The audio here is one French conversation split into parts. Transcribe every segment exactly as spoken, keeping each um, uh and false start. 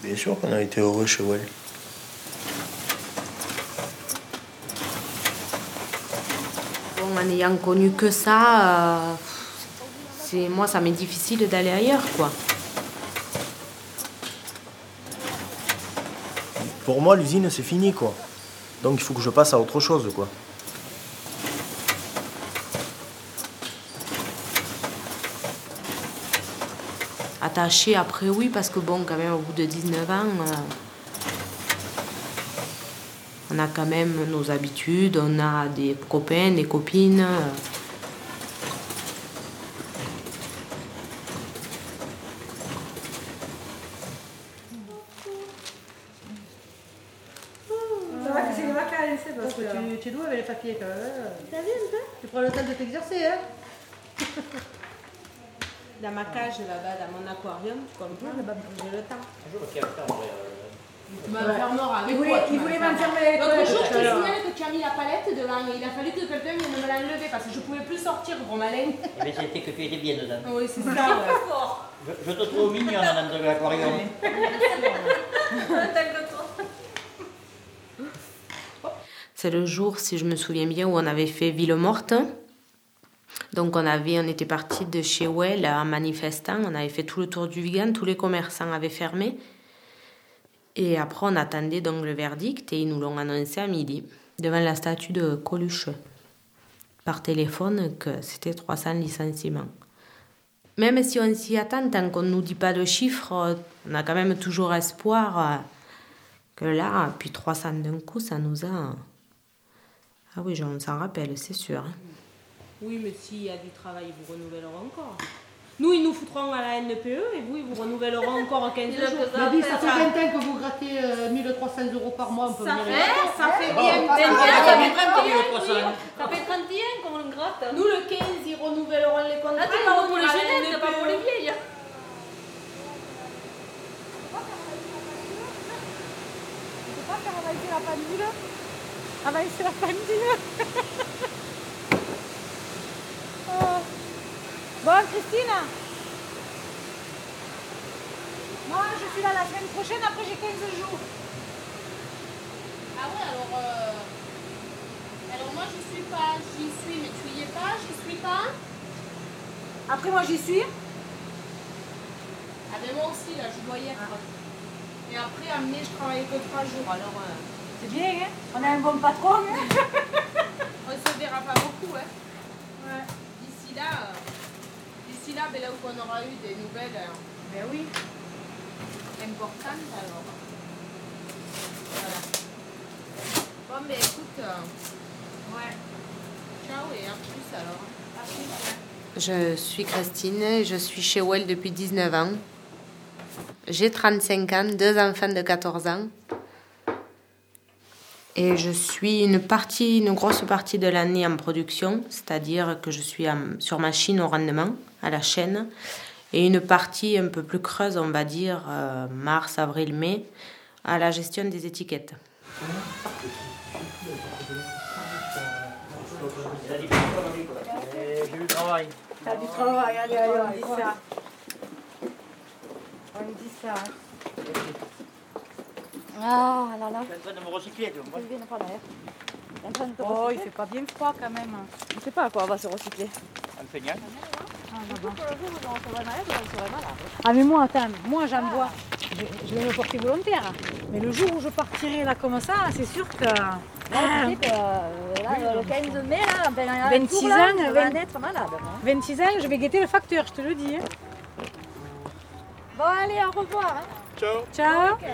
Bien sûr qu'on a été heureux chez Well. Bon, en n'ayant connu que ça, euh, c'est, moi, ça m'est difficile d'aller ailleurs, quoi. Pour moi, l'usine, c'est fini, quoi. Donc il faut que je passe à autre chose, quoi. Attaché après, oui, parce que bon, quand même, au bout de dix-neuf ans, euh, on a quand même nos habitudes, on a des copains, des copines. Euh. Ça va que c'est les vacances, parce que tu, tu joues avec les papiers quand même. T'as vu un peu? Tu prends le temps de t'exercer, hein? Dans ma cage là-bas, dans mon aquarium, tu comprends, là-bas, j'ai le temps. Bonjour, qui a fait Tu m'enfermeras. Il voulait, il voulait m'enfermer. L'autre jour, je te signale que tu as mis la palette devant et il a fallu que quelqu'un vienne me l'enlever parce que je ne pouvais plus sortir pour ma laine. Eh bien, c'était que tu étais bien dedans. Oui, c'est ça. Ouais. Je, je te trouve mignonne, madame de l'aquarium. C'est le jour, si je me souviens bien, où on avait fait Ville Morte. Donc on, avait, on était parti de chez Well en manifestant, on avait fait tout le tour du Vigan, tous les commerçants avaient fermé. Et après on attendait donc le verdict et ils nous l'ont annoncé à midi, devant la statue de Coluche, par téléphone, que c'était trois cents licenciements. Même si on s'y attend, tant qu'on ne nous dit pas de chiffres, on a quand même toujours espoir que là, puis trois cents d'un coup, ça nous a... Ah oui, on s'en rappelle, c'est sûr. Oui, mais s'il y a du travail, ils vous renouvelleront encore. Nous, ils nous foutront à la N P E et vous, ils vous renouvelleront encore quinze jours. Ça, dit, ça fait vingt ans que vous grattez euh, mille trois cents euros par mois. On peut ça, venir fait, ça fait Bon, bien. ça fait trente et un, Oui. Ça fait trente et un qu'on gratte. Nous, le quinze, ils renouvelleront les contrats. Là, tu parles pour les jeunettes, pas pour les vieilles. Tu peux pas faire avancer la pendule? Avancer la pendule. Oh. Bon, Christine, moi je suis là la semaine prochaine, après j'ai quinze jours. Ah ouais, alors... Euh... Alors moi, je suis pas, j'y suis, mais tu y es pas, j'y suis pas. Après moi j'y suis. Ah ben moi aussi, là, je dois y être. Ah. Et après, à mai, je travaille que trois jours, alors... Euh... C'est bien, hein? On a un bon patron, hein? On se verra pas beaucoup, hein? Ouais. D'ici là... Euh... D'ici là, ben là où on aura eu des nouvelles euh, Ben oui. importantes, alors. Voilà. Bon, mais écoute, euh, ouais. Ciao et à plus alors. À plus. Je suis Christine, je suis chez Well depuis dix-neuf ans. J'ai trente-cinq ans, deux enfants de quatorze ans. Et je suis une partie, une grosse partie de l'année en production, c'est-à-dire que je suis en, sur machine au rendement, à la chaîne, et une partie un peu plus creuse, on va dire, euh, mars, avril, mai, à la gestion des étiquettes. J'ai eu le travail. T'as du travail, allez, allez, on dit ça. On dit ça. Ah là là. Tu es en train de me recycler, tu vois. Oh, il fait pas bien froid quand même. Je ne sais pas à quoi on va se recycler. Un feignant. Ah mais moi, attends, moi j'en bois. Je, je vais me porter volontaire. Mais le jour où je partirai là comme ça, c'est sûr que... Là, tu sais que euh, là, le quinze mai, là, ben, là, vingt-six tout, là, ans, on vingt... va être malade. Hein. vingt-six ans, je vais guetter le facteur, je te le dis. Hein. Bon, allez, au revoir. Hein. Ciao. Ciao. Okay.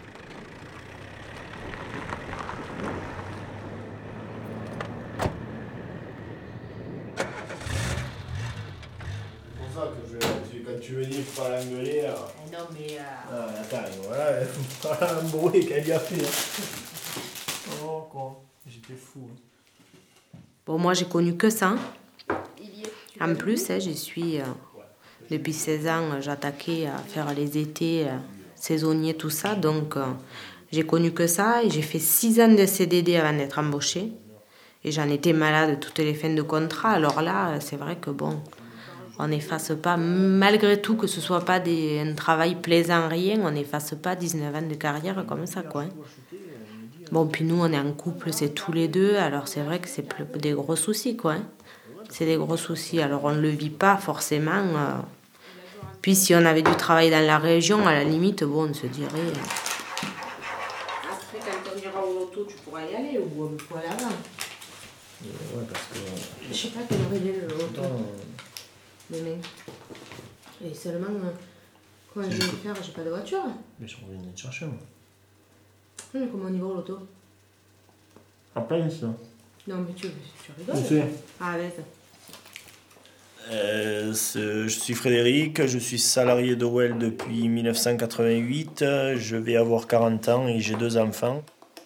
C'est pour ça que je, tu, quand tu me dis qu'il faut pas l'engueuler. Euh... Non mais... Euh... Ah, attends, voilà, voilà un bruit qu'elle y a fait. Oh quoi, j'étais fou. Hein. Bon, moi j'ai connu que ça. En plus, hein, j'y suis... Euh, depuis seize ans, j'attaquais à faire les étés euh, saisonniers, tout ça. Donc, euh, j'ai connu que ça. Et j'ai fait six ans de C D D avant d'être embauchée. Et j'en étais malade toutes les fins de contrat. Alors là, c'est vrai que bon, on n'efface pas, malgré tout, que ce soit pas des, un travail plaisant, rien, on n'efface pas dix-neuf ans de carrière comme ça, quoi. Hein. Bon, puis nous, on est en couple, c'est tous les deux, alors c'est vrai que c'est plus, des gros soucis, quoi. Hein. C'est des gros soucis, alors on ne le vit pas forcément. Euh. Puis si on avait du travail dans la région, à la limite, bon, on se dirait... Euh... Après, quand on ira au loto, tu pourras y aller, ou on pourra aller avant. Euh, ouais, parce que... Je sais pas quelle heure il est, le loto. Demain. Et seulement, euh, comment je vais faire? J'ai pas de voiture. Mais je reviens te chercher, moi. Oui, mais comment on y va au loto? À peine, ça. Non, mais tu, tu rigoles. Où c'est? Ah, vas-y. Euh, je suis Frédéric, je suis salarié de Well depuis mille neuf cent quatre-vingt-huit. Je vais avoir quarante ans et j'ai deux enfants.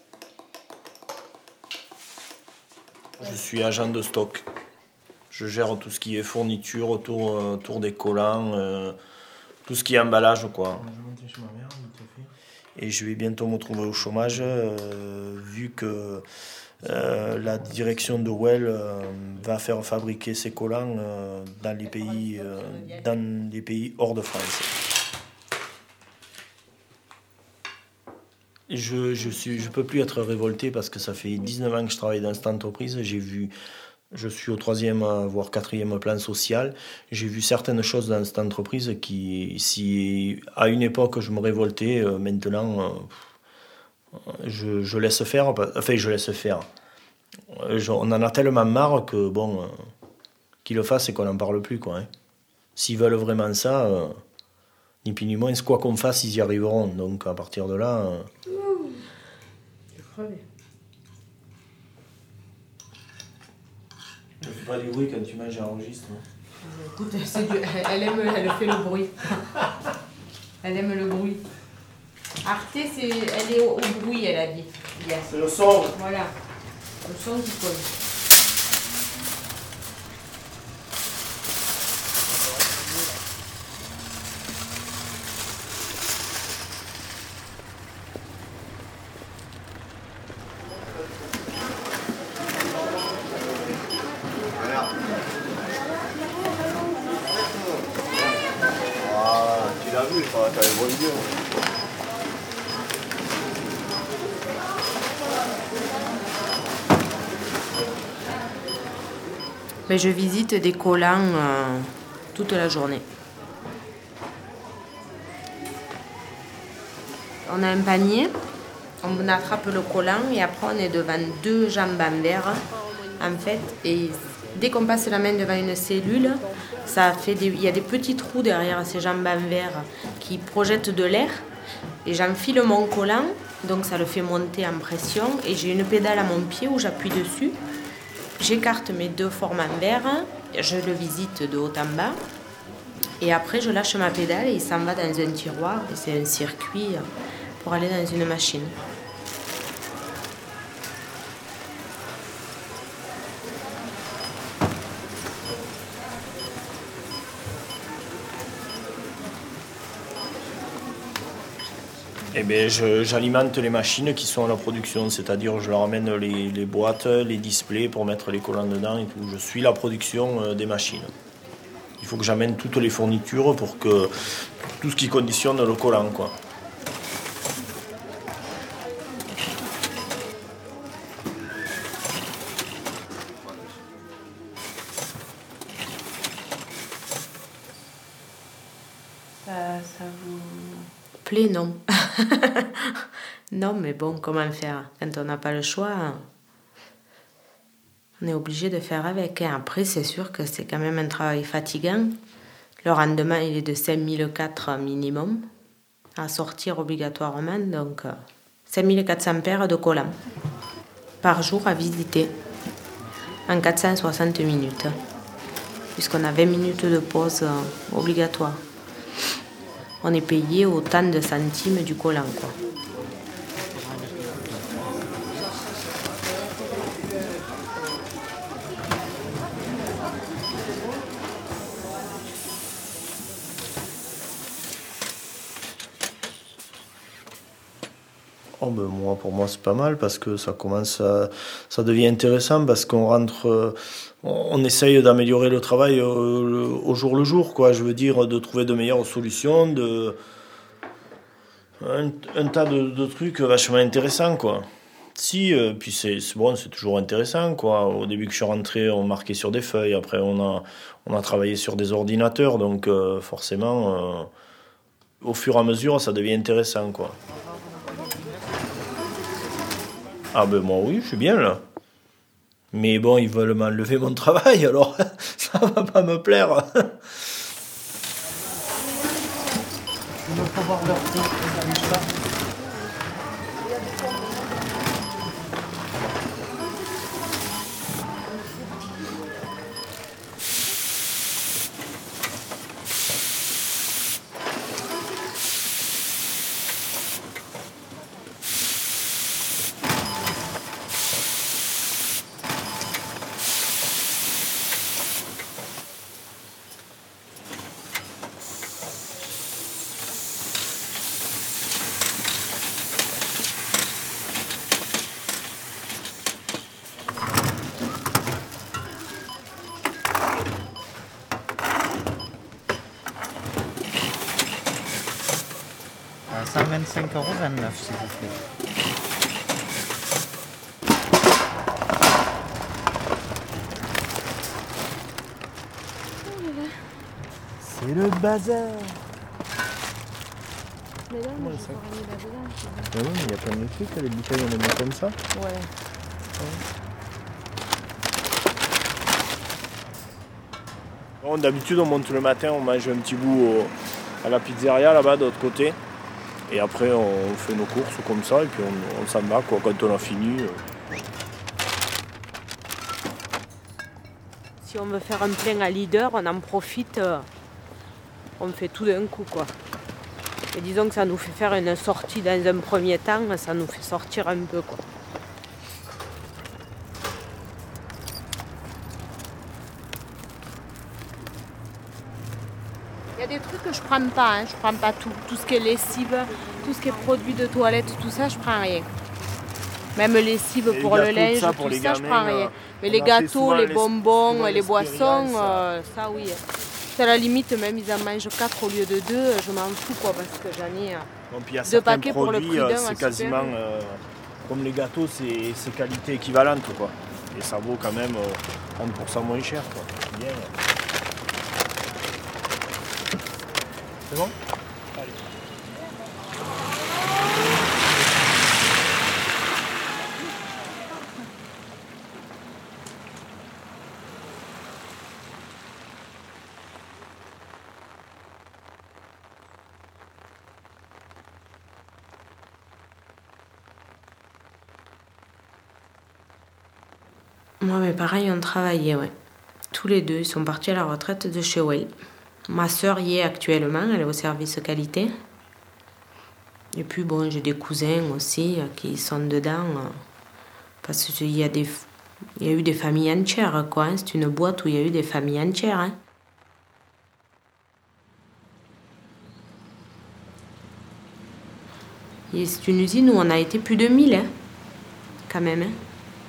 Je suis agent de stock. Je gère tout ce qui est fourniture autour, autour des collants, euh, tout ce qui est emballage, quoi. Et je vais bientôt me retrouver au chômage, euh, vu que euh, la direction de Well euh, va faire fabriquer ces collants euh, dans les pays, euh, dans les pays hors de France. Je je suis je peux plus être révolté parce que ça fait dix-neuf ans que je travaille dans cette entreprise. J'ai vu, je suis au troisième voire quatrième plan social. J'ai vu certaines choses dans cette entreprise qui, si à une époque je me révoltais, euh, maintenant euh, je, je laisse faire. Enfin, je laisse faire. Je, on en a tellement marre que bon, euh, qu'ils le fassent et qu'on n'en parle plus, quoi. Hein. S'ils veulent vraiment ça, euh, ni plus ni moins, quoi qu'on fasse, ils y arriveront. Donc à partir de là. Euh, Ne fais pas du bruit quand tu manges, j'enregistre. Écoute, c'est du... elle, aime, elle fait le bruit. Elle aime le bruit. Arte, c'est... elle est au, au bruit, elle a dit. Yes. C'est le son. Voilà. Le son qui colle. Mais je visite des collants euh, toute la journée. On a un panier, on attrape le collant et après on est devant deux jambes en verre en fait. Et dès qu'on passe la main devant une cellule, ça fait des, il y a des petits trous derrière ces jambes en verre qui projettent de l'air. Et j'enfile mon collant, donc ça le fait monter en pression. Et j'ai une pédale à mon pied où j'appuie dessus. J'écarte mes deux formes en verre, je le visite de haut en bas. Et après, je lâche ma pédale et il s'en va dans un tiroir. Et c'est un circuit pour aller dans une machine. Eh bien, je, j'alimente les machines qui sont à la production, c'est-à-dire je leur amène les, les boîtes, les displays pour mettre les collants dedans et tout. Je suis la production euh, des machines. Il faut que j'amène toutes les fournitures pour que tout ce qui conditionne le collant, quoi. Ça, ça vous plaît, non? Non, mais bon, comment faire? Quand on n'a pas le choix, on est obligé de faire avec. Après, c'est sûr que c'est quand même un travail fatigant. Le rendement, il est de cinq mille quatre minimum à sortir obligatoirement. Donc, cinq mille quatre cents paires de collants par jour à visiter en quatre cent soixante minutes, puisqu'on a vingt minutes de pause obligatoire. On est payé autant de centimes du collant, quoi. Oh ben moi, pour moi, c'est pas mal parce que ça commence à, ça devient intéressant parce qu'on rentre, euh, on, on essaye d'améliorer le travail euh, le- au jour le jour, quoi. Je veux dire, de trouver de meilleures solutions, de, un, un tas de, de trucs vachement intéressants, quoi. Si, euh, puis c'est c'est bon, c'est toujours intéressant, quoi. Au début que je suis rentré, on marquait sur des feuilles, après on a, on a travaillé sur des ordinateurs, donc euh, forcément, euh, au fur et à mesure, ça devient intéressant, quoi. Ah ben moi oui, je suis bien là. Mais bon, ils veulent m'enlever mon travail, alors ça va pas me plaire. Il me faut voir leur prix, ça n'arrive pas. À cent vingt-cinq euros vingt-neuf, s'il vous plaît. C'est le bazar. Mais là, moi, Ouais, je ça- vais ramener là-dedans. Mais oui, mais il y a plein de trucs, les bouteilles on les met comme ça. Ouais. Bon, d'habitude on monte le matin, on mange un petit bout au- à la pizzeria là-bas de l'autre côté. Et après on fait nos courses comme ça et puis on, on s'en va quoi, quand on a fini. euh. Si on veut faire un plein à leader, on en profite, euh, on fait tout d'un coup, quoi. Et disons que ça nous fait faire une sortie dans un premier temps, ça nous fait sortir un peu, quoi. Il y a des trucs que je prends pas, hein. Je prends pas tout. Tout ce qui est lessive, tout ce qui est produit de toilette, tout ça, je prends rien. Même lessive Et pour les le gâteaux, linge, ça, tout pour les ça, je gamins, prends rien. euh, Mais on les a fait gâteaux, souvent les l'es- bonbons, souvent les boissons, l'expérience, euh, ça oui. À la limite, même ils en mangent quatre au lieu de deux, je m'en fous, quoi, parce que j'en ai... euh, Bon, puis il y a Deux certains paquets pour le produits, prix euh, d'un, c'est un quasiment super. euh, comme les gâteaux, c'est c'est qualité équivalente quoi. Et ça vaut quand même euh, trente pour cent moins cher quoi. Bien. euh. C'est bon? Allez. Moi, mes parents y ont travaillé, ouais. Tous les deux, ils sont partis à la retraite de chez Well. Ma sœur y est actuellement, elle est au service qualité. Et puis, bon, j'ai des cousins aussi euh, qui sont dedans. euh, parce qu'il y a des, il y a eu des familles entières, quoi. hein. C'est une boîte où il y a eu des familles entières. hein. Et c'est une usine où on a été plus de mille, hein, quand même. hein.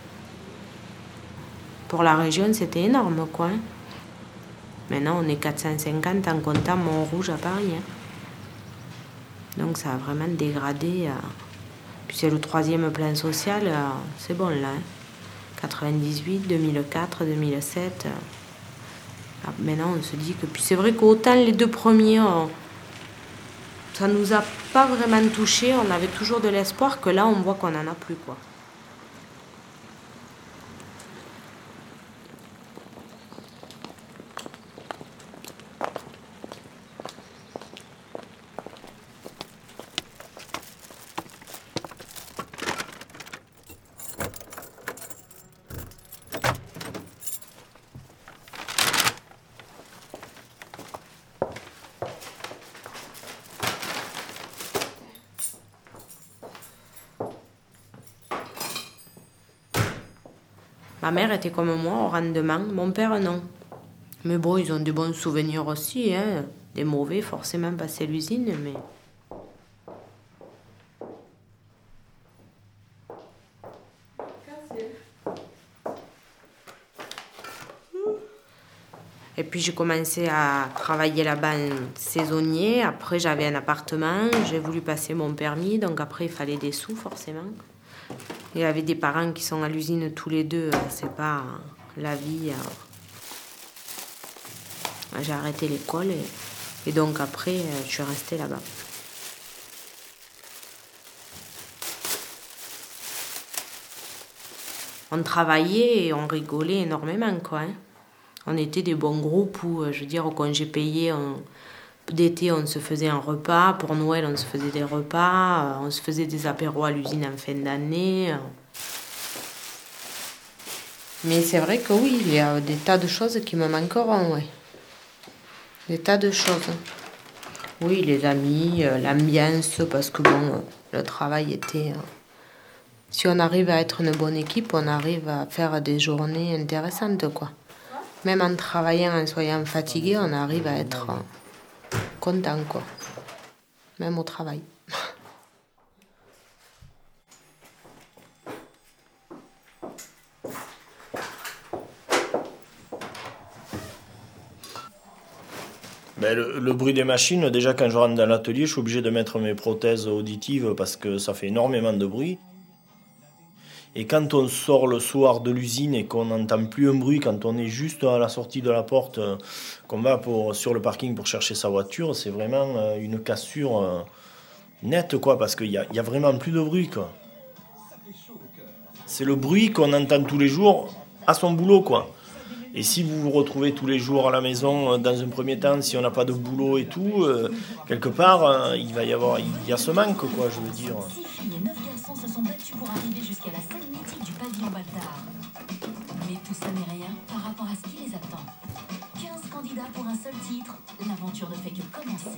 Pour la région, c'était énorme, quoi. hein. Maintenant, on est quatre cent cinquante en comptant Montrouge à Paris. hein. Donc, ça a vraiment dégradé. euh. Puis, c'est le troisième plan social. euh, C'est bon, là. hein. quatre-vingt-dix-huit, deux mille quatre, deux mille sept. euh. Ah, maintenant, on se dit que... Puis, c'est vrai qu'autant les deux premiers, on- ça nous a pas vraiment touchés. On avait toujours de l'espoir que là, on voit qu'on en a plus, quoi. Ma mère était comme moi au rendement, mon père non. Mais bon, ils ont des bons souvenirs aussi, hein. Des mauvais forcément, passer l'usine, mais... Et puis j'ai commencé à travailler là-bas en saisonnier. Après j'avais un appartement, j'ai voulu passer mon permis, donc après il fallait des sous forcément. Il y avait des parents qui sont à l'usine tous les deux, c'est pas la vie. J'ai arrêté l'école et, et donc après je suis restée là-bas. On travaillait et on rigolait énormément, quoi. Hein. On était des bons groupes où, je veux dire, au congé payé, on, d'été, on se faisait un repas. Pour Noël, on se faisait des repas. On se faisait des apéros à l'usine en fin d'année. Mais c'est vrai que oui, il y a des tas de choses qui me manqueront, ouais. Des tas de choses. Oui, les amis, l'ambiance, parce que bon, le travail était... Si on arrive à être une bonne équipe, on arrive à faire des journées intéressantes, quoi. Même en travaillant, en soyant fatigué, on arrive à être content, quoi. Même au travail. Ben, le, le bruit des machines, déjà quand je rentre dans l'atelier, je suis obligé de mettre mes prothèses auditives parce que ça fait énormément de bruit. Et quand on sort le soir de l'usine et qu'on n'entend plus un bruit, quand on est juste à la sortie de la porte, euh, qu'on va pour, sur le parking pour chercher sa voiture, c'est vraiment euh, une cassure euh, nette, quoi, parce qu'il n'y a, y a vraiment plus de bruit, quoi. C'est le bruit qu'on entend tous les jours à son boulot, quoi. Et si vous vous retrouvez tous les jours à la maison, dans un premier temps, si on n'a pas de boulot et tout, euh, quelque part, euh, il va y avoir, il y a ce manque, quoi, je veux dire. Six filles et neuf garçons se sont battus pour arriver jusqu'à la scène mythique du pavillon Baltard. Mais tout ça n'est rien par rapport à ce qui les attend. quinze candidats pour un seul titre, l'aventure ne fait que commencer.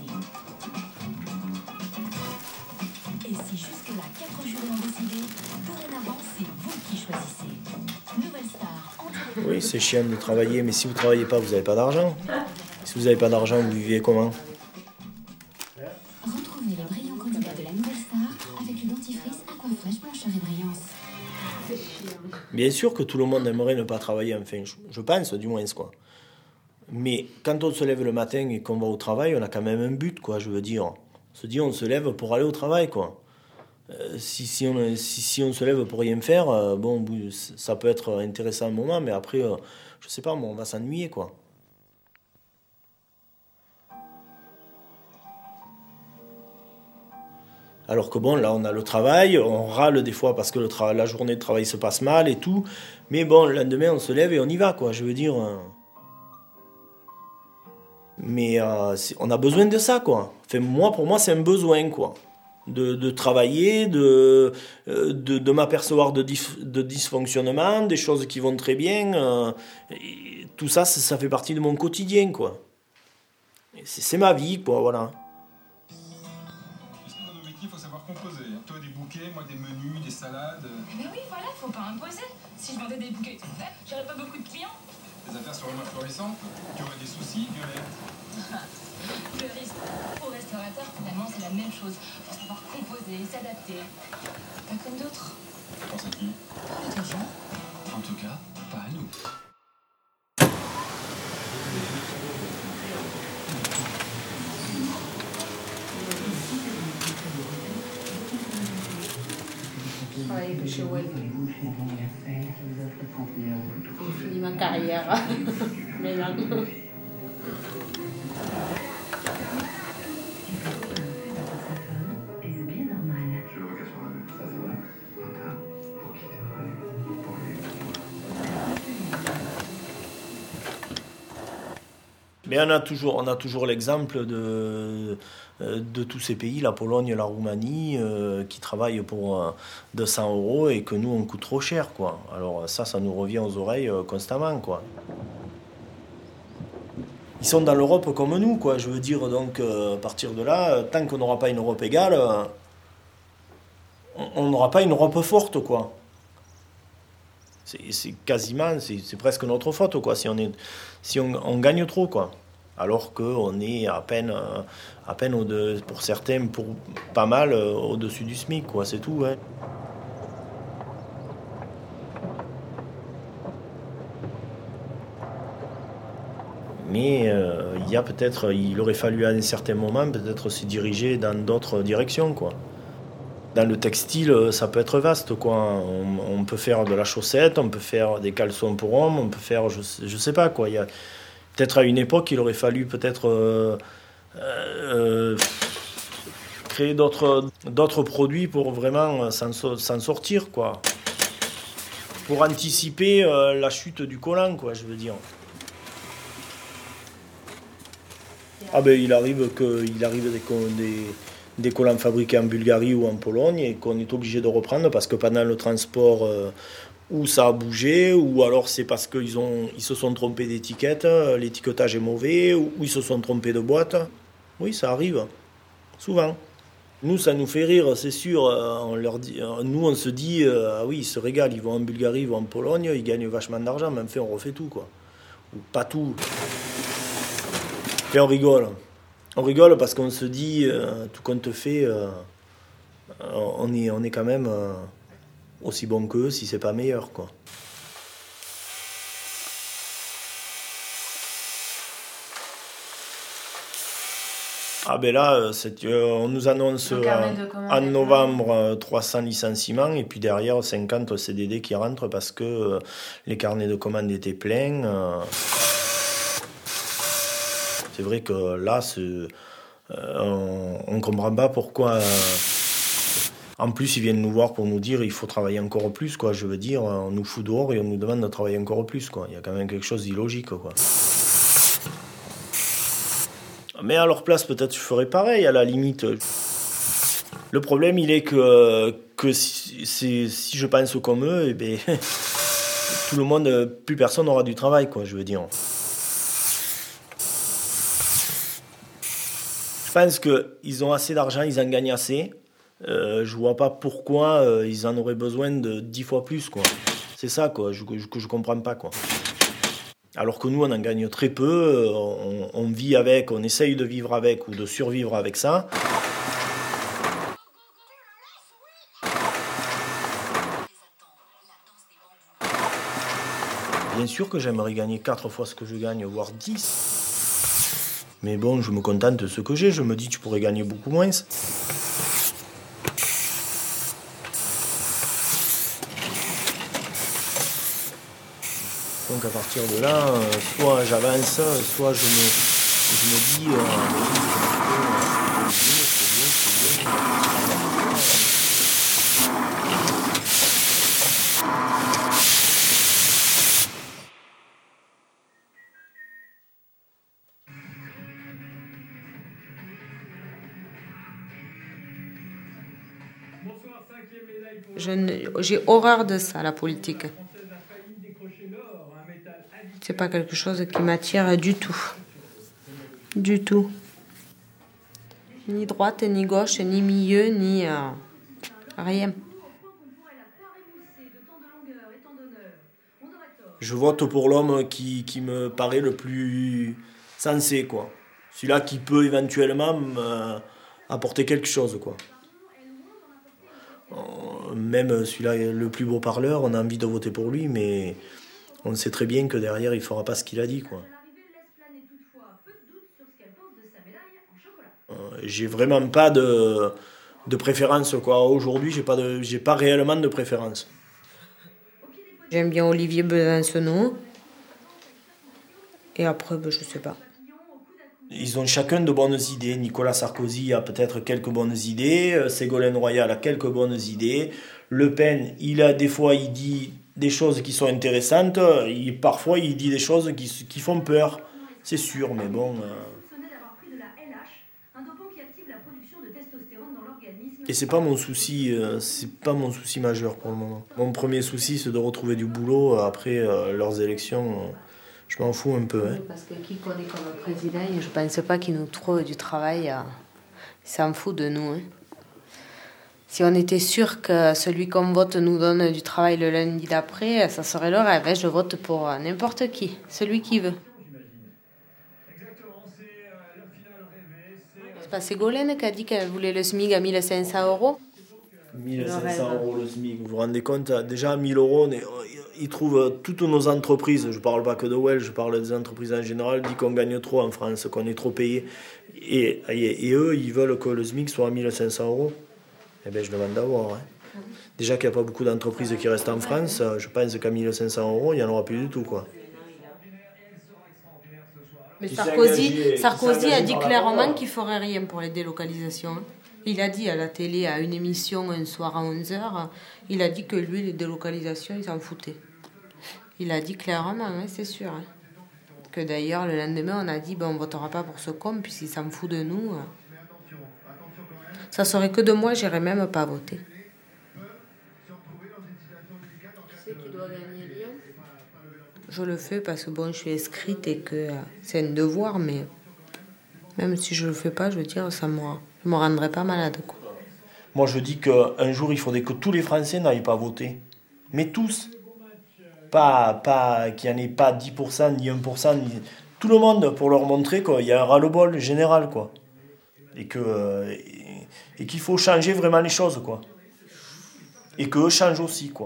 Et si jusque-là, quatre jurés ont décidé, dorénavant, c'est vous qui choisissez. Nouvelle star entre... Oui, c'est chiant de travailler, mais si vous ne travaillez pas, vous n'avez pas d'argent. Si vous n'avez pas d'argent, vous vivez comment ? Retrouvez les brillants candidats de la Nouvelle Star avec le dentifrice Aquafresh blancheur et brillance. Bien sûr que tout le monde aimerait ne pas travailler, enfin, je, je pense, du moins, quoi. Mais quand on se lève le matin et qu'on va au travail, on a quand même un but, quoi, je veux dire. On se dit, on se lève pour aller au travail, quoi. Euh, si, si, on, si, si on se lève pour rien faire, euh, bon, ça peut être intéressant un moment, mais après, euh, je sais pas, on va s'ennuyer, quoi. Alors que bon, là, on a le travail, on râle des fois parce que le tra- la journée de travail se passe mal et tout. Mais bon, le lendemain, on se lève et on y va, quoi, je veux dire. Mais euh, on a besoin de ça, quoi. Enfin, moi, pour moi, c'est un besoin, quoi. De, de travailler, de, de, de m'apercevoir de, dif- de dysfonctionnement, des choses qui vont très bien. Euh, et tout ça, ça, ça fait partie de mon quotidien, quoi. Et c'est, c'est ma vie, quoi, voilà. Il faut savoir composer. Toi des bouquets, moi des menus, des salades. Mais oui, voilà, faut pas imposer. Si je vendais des bouquets tout faits, j'aurais pas beaucoup de clients. Les affaires seront moins florissantes. Tu aurais des soucis, Violette. Fleuriste ou restaurateur, finalement, c'est la même chose. Faut savoir composer, s'adapter. Pas comme d'autres. Tu penses à qui? D'autres gens. En tout cas, pas à nous. Je travaillais que chez Well. J'ai fini ma carrière. Mais là. Est-ce bien normal? Je veux qu'elle soit là. Ça c'est vrai. Attends, pour qui t'es vrai? Pour lui. Mais on a toujours, on a toujours l'exemple de, de tous ces pays, la Pologne, la Roumanie, euh, qui travaillent pour euh, deux cents euros et que nous, on coûte trop cher, quoi. Alors ça, ça nous revient aux oreilles euh, constamment, quoi. Ils sont dans l'Europe comme nous, quoi. Je veux dire, donc, euh, à partir de là, euh, tant qu'on n'aura pas une Europe égale, euh, on n'aura pas une Europe forte, quoi. C'est, c'est quasiment, c'est, c'est presque notre faute, quoi, si on, est, si on, on gagne trop, quoi. Alors qu'on est à peine, à peine au de, pour certains, pour pas mal, au-dessus du SMIC, quoi, c'est tout, hein. Mais euh, il y a peut-être, il aurait fallu à un certain moment peut-être se diriger dans d'autres directions, quoi. Dans le textile, ça peut être vaste, quoi. On, on peut faire de la chaussette, on peut faire des caleçons pour hommes, on peut faire, je, je sais pas, quoi. Il y a, peut-être à une époque, il aurait fallu peut-être euh, euh, créer d'autres, d'autres produits pour vraiment s'en, s'en sortir, quoi. Pour anticiper euh, la chute du collant, quoi, je veux dire. Ah ben il arrive qu'il arrive des, des, des collants fabriqués en Bulgarie ou en Pologne et qu'on est obligé de reprendre parce que pendant le transport, euh, ou ça a bougé, ou alors c'est parce qu'ils ont, ils se sont trompés d'étiquette, l'étiquetage est mauvais, ou ils se sont trompés de boîte. Oui, ça arrive, souvent. Nous, ça nous fait rire, c'est sûr. On leur dit, nous, on se dit, euh, ah oui, ils se régalent, ils vont en Bulgarie, ils vont en Pologne, ils gagnent vachement d'argent, mais en fait, on refait tout, quoi. Ou pas tout. Et on rigole. On rigole parce qu'on se dit, euh, tout compte fait, euh, on, est, on est quand même euh, aussi bon qu'eux, si c'est pas meilleur, quoi. Ah ben là, c'est, euh, on nous annonce euh, en novembre euh, trois cents licenciements et puis derrière cinquante C D D qui rentrent parce que euh, les carnets de commandes étaient pleins. Euh. C'est vrai que là, c'est, euh, on ne comprend pas pourquoi. Euh, en plus, ils viennent nous voir pour nous dire il faut travailler encore plus, quoi. Je veux dire, on nous fout dehors et on nous demande de travailler encore plus, quoi. Il y a quand même quelque chose d'illogique, quoi. Mais à leur place, peut-être je ferais pareil, à la limite. Le problème, il est que, que si, si, si je pense comme eux, eh bien, tout le monde, plus personne n'aura du travail, quoi, je veux dire. Je pense qu'ils ont assez d'argent, ils en gagnent assez. Euh, je vois pas pourquoi euh, ils en auraient besoin de dix fois plus, quoi. C'est ça, quoi, je, je, que je comprends pas, quoi. Alors que nous, on en gagne très peu, on, on vit avec, on essaye de vivre avec ou de survivre avec ça. Bien sûr que j'aimerais gagner quatre fois ce que je gagne, voire dix. Mais bon, je me contente de ce que j'ai, je me dis que tu pourrais gagner beaucoup moins. Donc à partir de là, euh, soit j'avance, soit je me, je me dis... Euh, Je ne, j'ai horreur de ça, la politique. C'est pas quelque chose qui m'attire du tout. Du tout. Ni droite, ni gauche, ni milieu, ni euh, rien. Je vote pour l'homme qui, qui me paraît le plus sensé, quoi. Celui-là qui peut éventuellement apporter quelque chose, quoi. Même celui-là, le plus beau parleur, on a envie de voter pour lui, mais on sait très bien que derrière, il ne fera pas ce qu'il a dit, quoi. Euh, j'ai vraiment pas de, de préférence, quoi. Aujourd'hui, j'ai pas de, j'ai pas réellement de préférence. J'aime bien Olivier Besancenot. Et après, ben, je sais pas. Ils ont chacun de bonnes idées. Nicolas Sarkozy a peut-être quelques bonnes idées. Ségolène Royal a quelques bonnes idées. Le Pen, il a des fois, il dit des choses qui sont intéressantes. Il, parfois, il dit des choses qui, qui font peur. C'est sûr, mais bon... Euh... Et c'est pas mon souci, euh, c'est pas mon souci majeur pour le moment. Mon premier souci, c'est de retrouver du boulot après euh, leurs élections. Euh, je m'en fous un peu. Hein. Parce que qui connaît comme président, je pense pas qu'il nous trouve du travail. Euh, il s'en fout de nous. Hein. Si on était sûr que celui qu'on vote nous donne du travail le lundi d'après, ça serait le rêve. Hein. Je vote pour n'importe qui, celui qui veut. C'est pas Ségolène qui a dit qu'elle voulait le SMIC à mille cinq cents euros. mille cinq cents euros le SMIC, vous vous rendez compte? Déjà, mille euros, on est, ils trouvent toutes nos entreprises, je ne parle pas que de Well, je parle des entreprises en général, disent qu'on gagne trop en France, qu'on est trop payé. Et, et, et eux, ils veulent que le SMIC soit à mille cinq cents euros. Eh bien, je demande d'avoir. Hein. Déjà qu'il n'y a pas beaucoup d'entreprises qui restent en France, je pense qu'à mille cinq cents euros, il n'y en aura plus du tout, quoi. Mais Sarkozy, Sarkozy a dit clairement qu'il ne ferait rien pour les délocalisations. Il a dit à la télé, à une émission un soir à onze heures, il a dit que lui, les délocalisations, il s'en foutait. Il a dit clairement, hein, c'est sûr. Hein. Que d'ailleurs, le lendemain, on a dit, ben, on ne votera pas pour ce con, puisqu'il s'en fout de nous. Ça serait que de moi, j'irais même pas voter. Tu sais qui doit gagner Lyon ? Je le fais parce que bon, je suis inscrite et que euh, c'est un devoir, mais même si je le fais pas, je veux dire, ça me, je me rendrai pas malade, quoi. Moi, je dis qu'un jour, il faudrait que tous les Français n'aillent pas voter. Mais tous. Pas, pas, qu'il n'y en ait pas dix pour cent, ni un pour cent, ni... tout le monde, pour leur montrer qu'il y a un ras-le-bol général, quoi. Et, que, euh, et, et qu'il faut changer vraiment les choses, quoi. Et qu'eux changent aussi, quoi.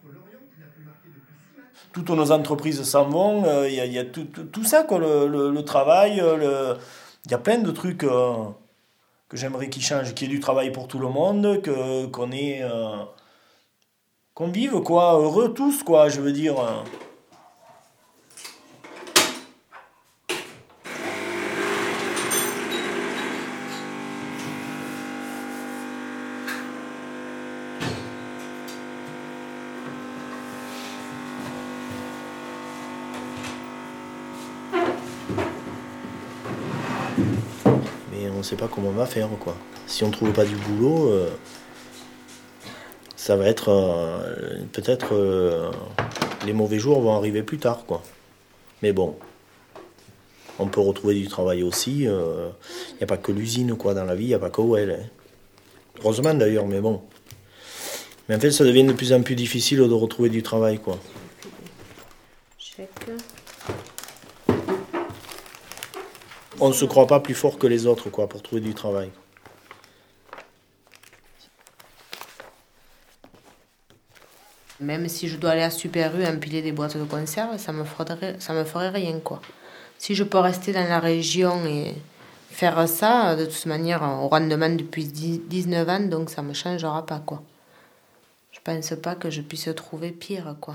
Toutes nos entreprises s'en vont, il euh, y a, y a tout, tout, tout ça, quoi, le, le, le travail, le... il y a plein de trucs euh, que j'aimerais qu'ils changent, qu'il y ait du travail pour tout le monde, que, qu'on ait, euh, qu'on vive, quoi, heureux tous, quoi, je veux dire. On ne sait pas comment on va faire, quoi. Si on ne trouve pas du boulot, euh, ça va être euh, peut-être euh, les mauvais jours vont arriver plus tard, quoi. Mais bon, on peut retrouver du travail aussi. Il euh, n'y a pas que l'usine, quoi, dans la vie, il n'y a pas que Well. Hein. Heureusement d'ailleurs, mais bon. Mais en fait, ça devient de plus en plus difficile de retrouver du travail, quoi. Chèque. On ne se croit pas plus fort que les autres, quoi, pour trouver du travail. Même si je dois aller à Super U empiler des boîtes de conserve, ça me ferait, ça me ferait rien, quoi. Si je peux rester dans la région et faire ça, de toute manière, on rendement depuis dix-neuf ans, donc ça ne me changera pas, quoi. Je pense pas que je puisse trouver pire, quoi.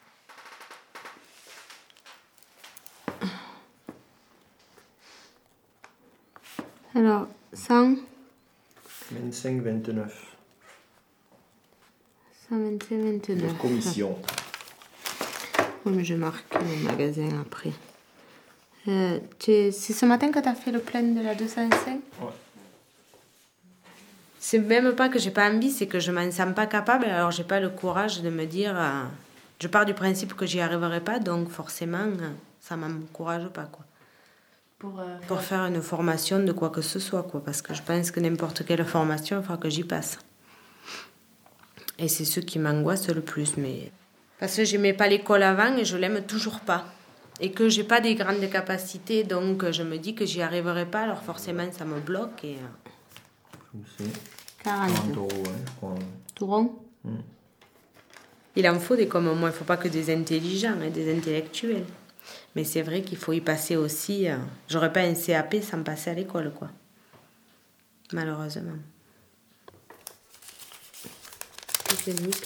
Alors, cent vingt-cinq vingt-neuf. cent vingt-cinq vingt-neuf. Commission. Oui, mais je marque le magasin après. Euh, tu, c'est ce matin que tu as fait le plein de la deux cent cinq ? Ouais. C'est même pas que j'ai pas envie, c'est que je m'en sens pas capable, alors j'ai pas le courage de me dire... Euh, je pars du principe que j'y arriverai pas, donc forcément, euh, ça m'encourage pas, quoi. Pour, euh, pour faire une formation de quoi que ce soit, quoi, parce que je pense que n'importe quelle formation, il faudra que j'y passe. Et c'est ce qui m'angoisse le plus, mais... Parce que j'aimais pas l'école avant et je l'aime toujours pas. Et que j'ai pas des grandes capacités, donc je me dis que j'y arriverai pas, alors forcément ça me bloque et... Je sais. quarante euros, ouais, je crois. Tout rond. Mm. Il en faut des comme moi, il faut pas que des intelligents, hein, des intellectuels. Mais c'est vrai qu'il faut y passer aussi. Euh, j'aurais pas un C A P sans passer à l'école, quoi. Malheureusement. Technique.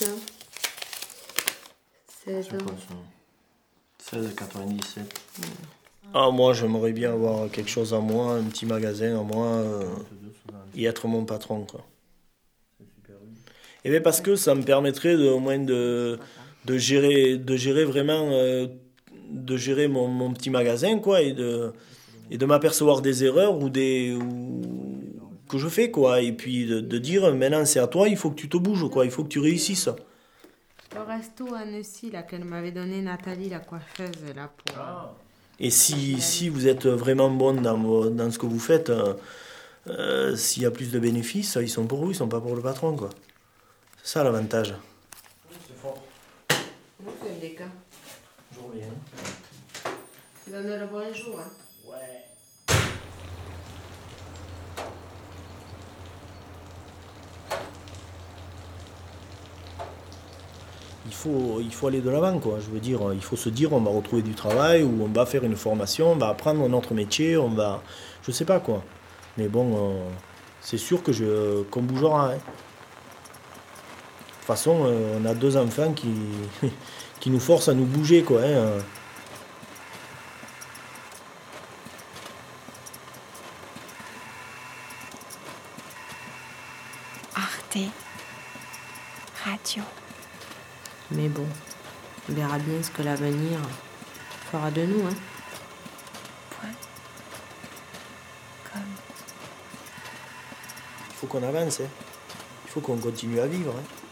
seize. seize quatre-vingt-dix-sept. Mm. Ah, moi, j'aimerais bien avoir quelque chose à moi, un petit magasin à moi, euh, et être mon patron, quoi. Et bien parce que ça me permettrait de, au moins de, de, gérer, de gérer vraiment... Euh, de gérer mon, mon petit magasin, quoi, et de, et de m'apercevoir des erreurs ou des, ou, que je fais, quoi, et puis de, de dire, maintenant c'est à toi, il faut que tu te bouges, quoi, il faut que tu réussisses. Le resto à Annecy, là, qu'elle m'avait donné Nathalie, la coiffeuse, là, pour... Ah. Et si, si vous êtes vraiment bon dans, vos, dans ce que vous faites, euh, euh, s'il y a plus de bénéfices, ils sont pour vous, ils sont pas pour le patron, quoi. C'est ça l'avantage. C'est fort. Comment c'est un déca ? Bonjour, bien. Tu donnes le bonjour, hein ? Ouais. Il faut, il faut aller de l'avant, quoi. Je veux dire, il faut se dire, on va retrouver du travail, ou on va faire une formation, on va apprendre notre métier, on va... Je sais pas, quoi. Mais bon, euh, c'est sûr que je, qu'on bougera, hein. De toute façon, euh, on a deux enfants qui, qui nous forcent à nous bouger, quoi, hein. Arte Radio. Mais bon, on verra bien ce que l'avenir fera de nous, hein. Point. Comme. Il faut qu'on avance, hein. Il faut qu'on continue à vivre, hein.